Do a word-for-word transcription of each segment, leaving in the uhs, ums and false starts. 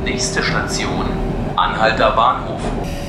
Nächste Station, Anhalter Bahnhof.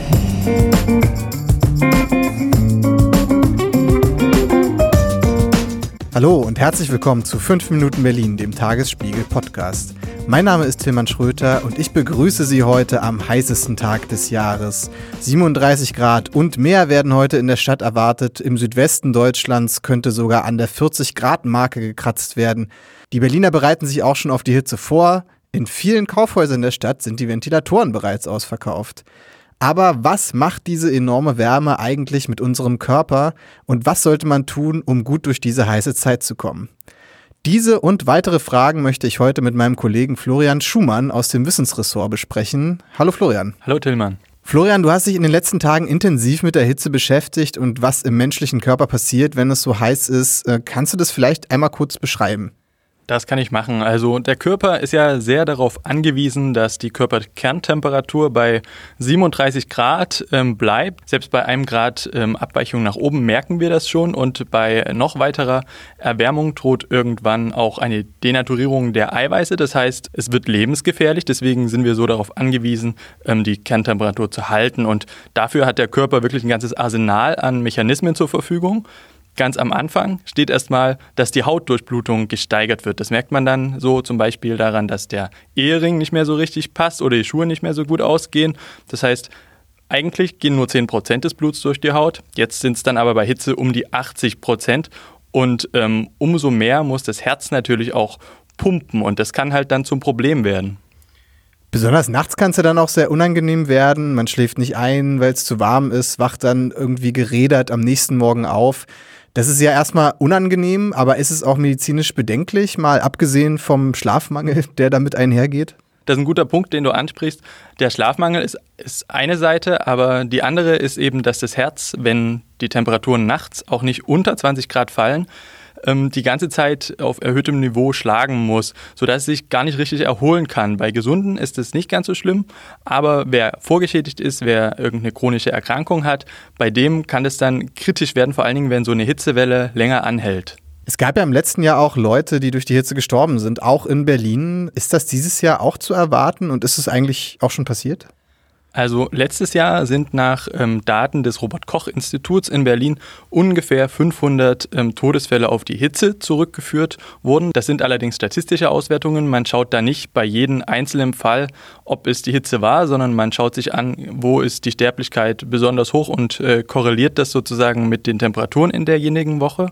Hallo und herzlich willkommen zu fünf Minuten Berlin, dem Tagesspiegel-Podcast. Mein Name ist Tilman Schröter und ich begrüße Sie heute am heißesten Tag des Jahres. siebenunddreißig Grad und mehr werden heute in der Stadt erwartet. Im Südwesten Deutschlands könnte sogar an der vierzig Grad Marke gekratzt werden. Die Berliner bereiten sich auch schon auf die Hitze vor. In vielen Kaufhäusern der Stadt sind die Ventilatoren bereits ausverkauft. Aber was macht diese enorme Wärme eigentlich mit unserem Körper und was sollte man tun, um gut durch diese heiße Zeit zu kommen? Diese und weitere Fragen möchte ich heute mit meinem Kollegen Florian Schumann aus dem Wissensressort besprechen. Hallo Florian. Hallo Tilman. Florian, du hast dich in den letzten Tagen intensiv mit der Hitze beschäftigt und was im menschlichen Körper passiert, wenn es so heiß ist. Kannst du das vielleicht einmal kurz beschreiben? Das kann ich machen. Also der Körper ist ja sehr darauf angewiesen, dass die Körperkerntemperatur bei siebenunddreißig Grad ähm, bleibt. Selbst bei einem Grad ähm, Abweichung nach oben merken wir das schon und bei noch weiterer Erwärmung droht irgendwann auch eine Denaturierung der Eiweiße. Das heißt, es wird lebensgefährlich. Deswegen sind wir so darauf angewiesen, ähm, die Kerntemperatur zu halten und dafür hat der Körper wirklich ein ganzes Arsenal an Mechanismen zur Verfügung. Ganz am Anfang steht erstmal, dass die Hautdurchblutung gesteigert wird. Das merkt man dann so zum Beispiel daran, dass der Ehering nicht mehr so richtig passt oder die Schuhe nicht mehr so gut ausgehen. Das heißt, eigentlich gehen nur zehn Prozent des Bluts durch die Haut. Jetzt sind es dann aber bei Hitze um die achtzig Prozent. Und ähm, umso mehr muss das Herz natürlich auch pumpen. Und das kann halt dann zum Problem werden. Besonders nachts kann es ja dann auch sehr unangenehm werden. Man schläft nicht ein, weil es zu warm ist, wacht dann irgendwie gerädert am nächsten Morgen auf. Das ist ja erstmal unangenehm, aber ist es auch medizinisch bedenklich, mal abgesehen vom Schlafmangel, der damit einhergeht? Das ist ein guter Punkt, den du ansprichst. Der Schlafmangel ist, ist eine Seite, aber die andere ist eben, dass das Herz, wenn die Temperaturen nachts auch nicht unter zwanzig Grad fallen, die ganze Zeit auf erhöhtem Niveau schlagen muss, sodass es sich gar nicht richtig erholen kann. Bei Gesunden ist es nicht ganz so schlimm, aber wer vorgeschädigt ist, wer irgendeine chronische Erkrankung hat, bei dem kann es dann kritisch werden, vor allen Dingen, wenn so eine Hitzewelle länger anhält. Es gab ja im letzten Jahr auch Leute, die durch die Hitze gestorben sind, auch in Berlin. Ist das dieses Jahr auch zu erwarten und ist es eigentlich auch schon passiert? Also letztes Jahr sind nach ähm, Daten des Robert-Koch-Instituts in Berlin ungefähr fünfhundert ähm, Todesfälle auf die Hitze zurückgeführt worden. Das sind allerdings statistische Auswertungen. Man schaut da nicht bei jedem einzelnen Fall, ob es die Hitze war, sondern man schaut sich an, wo ist die Sterblichkeit besonders hoch und äh, korreliert das sozusagen mit den Temperaturen in derjenigen Woche.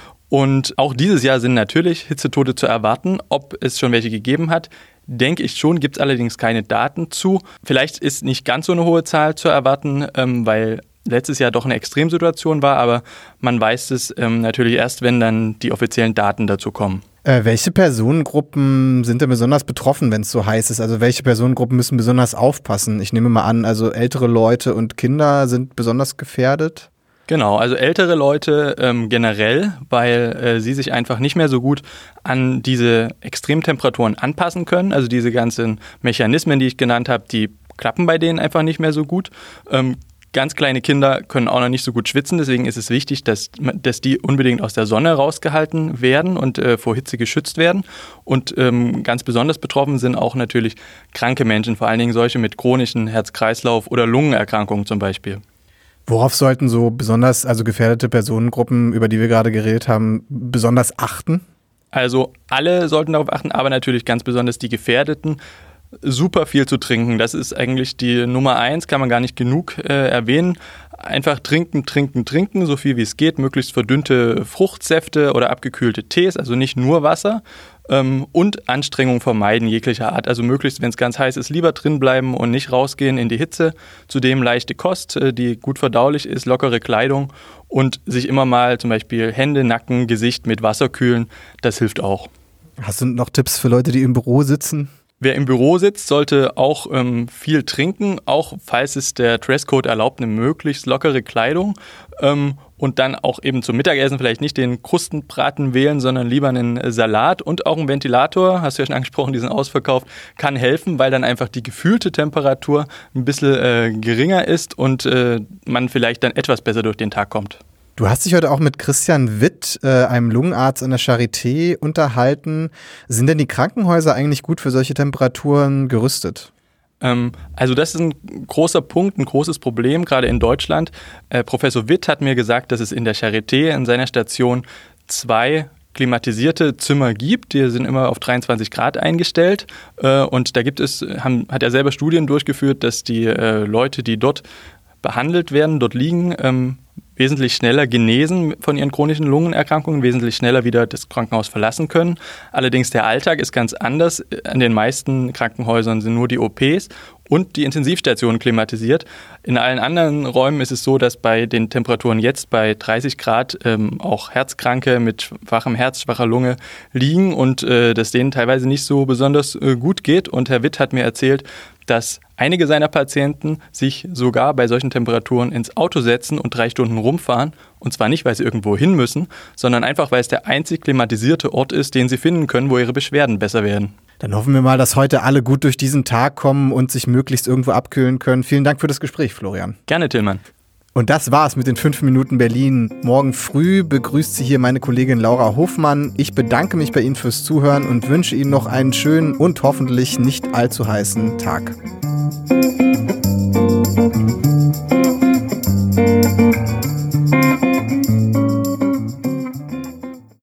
Und auch dieses Jahr sind natürlich Hitzetote zu erwarten. Ob es schon welche gegeben hat, denke ich schon, gibt es allerdings keine Daten zu. Vielleicht ist nicht ganz so eine hohe Zahl zu erwarten, ähm, weil letztes Jahr doch eine Extremsituation war, aber man weiß es ähm, natürlich erst, wenn dann die offiziellen Daten dazu kommen. Äh, welche Personengruppen sind denn besonders betroffen, wenn es so heiß ist? Also welche Personengruppen müssen besonders aufpassen? Ich nehme mal an, also ältere Leute und Kinder sind besonders gefährdet? Genau, also ältere Leute ähm, generell, weil äh, sie sich einfach nicht mehr so gut an diese Extremtemperaturen anpassen können. Also diese ganzen Mechanismen, die ich genannt habe, die klappen bei denen einfach nicht mehr so gut. Ähm, ganz kleine Kinder können auch noch nicht so gut schwitzen, deswegen ist es wichtig, dass, dass die unbedingt aus der Sonne rausgehalten werden und äh, vor Hitze geschützt werden. Und ähm, ganz besonders betroffen sind auch natürlich kranke Menschen, vor allen Dingen solche mit chronischen Herz-Kreislauf- oder Lungenerkrankungen zum Beispiel. Worauf sollten so besonders, also gefährdete Personengruppen, über die wir gerade geredet haben, besonders achten? Also alle sollten darauf achten, aber natürlich ganz besonders die Gefährdeten. Super viel zu trinken, das ist eigentlich die Nummer eins, kann man gar nicht genug äh, erwähnen. Einfach trinken, trinken, trinken, so viel wie es geht, möglichst verdünnte Fruchtsäfte oder abgekühlte Tees, also nicht nur Wasser. Ähm, und Anstrengung vermeiden jeglicher Art, also möglichst, wenn es ganz heiß ist, lieber drin bleiben und nicht rausgehen in die Hitze. Zudem leichte Kost, äh, die gut verdaulich ist, lockere Kleidung und sich immer mal zum Beispiel Hände, Nacken, Gesicht mit Wasser kühlen, das hilft auch. Hast du noch Tipps für Leute, die im Büro sitzen? Wer im Büro sitzt, sollte auch ähm, viel trinken, auch falls es der Dresscode erlaubt, eine möglichst lockere Kleidung ähm, und dann auch eben zum Mittagessen vielleicht nicht den Krustenbraten wählen, sondern lieber einen Salat und auch ein Ventilator, hast du ja schon angesprochen, diesen ausverkauft, kann helfen, weil dann einfach die gefühlte Temperatur ein bisschen äh, geringer ist und äh, man vielleicht dann etwas besser durch den Tag kommt. Du hast dich heute auch mit Christian Witt, äh, einem Lungenarzt an der Charité, unterhalten. Sind denn die Krankenhäuser eigentlich gut für solche Temperaturen gerüstet? Ähm, also das ist ein großer Punkt, ein großes Problem, gerade in Deutschland. Äh, Professor Witt hat mir gesagt, dass es in der Charité in seiner Station zwei klimatisierte Zimmer gibt, die sind immer auf dreiundzwanzig Grad eingestellt äh, und da gibt es, haben, hat er selber Studien durchgeführt, dass die äh, Leute, die dort behandelt werden, dort liegen, ähm, wesentlich schneller genesen von ihren chronischen Lungenerkrankungen, wesentlich schneller wieder das Krankenhaus verlassen können. Allerdings der Alltag ist ganz anders. An den meisten Krankenhäusern sind nur die O Ps und die Intensivstationen klimatisiert. In allen anderen Räumen ist es so, dass bei den Temperaturen jetzt bei dreißig Grad ähm, auch Herzkranke mit schwachem Herz, schwacher Lunge liegen und äh, dass denen teilweise nicht so besonders äh, gut geht. Und Herr Witt hat mir erzählt, dass einige seiner Patienten sich sogar bei solchen Temperaturen ins Auto setzen und drei Stunden rumfahren. Und zwar nicht, weil sie irgendwo hin müssen, sondern einfach, weil es der einzig klimatisierte Ort ist, den sie finden können, wo ihre Beschwerden besser werden. Dann hoffen wir mal, dass heute alle gut durch diesen Tag kommen und sich möglichst irgendwo abkühlen können. Vielen Dank für das Gespräch, Florian. Gerne, Tillmann. Und das war's mit den fünf Minuten Berlin. Morgen früh begrüßt Sie hier meine Kollegin Laura Hofmann. Ich bedanke mich bei Ihnen fürs Zuhören und wünsche Ihnen noch einen schönen und hoffentlich nicht allzu heißen Tag.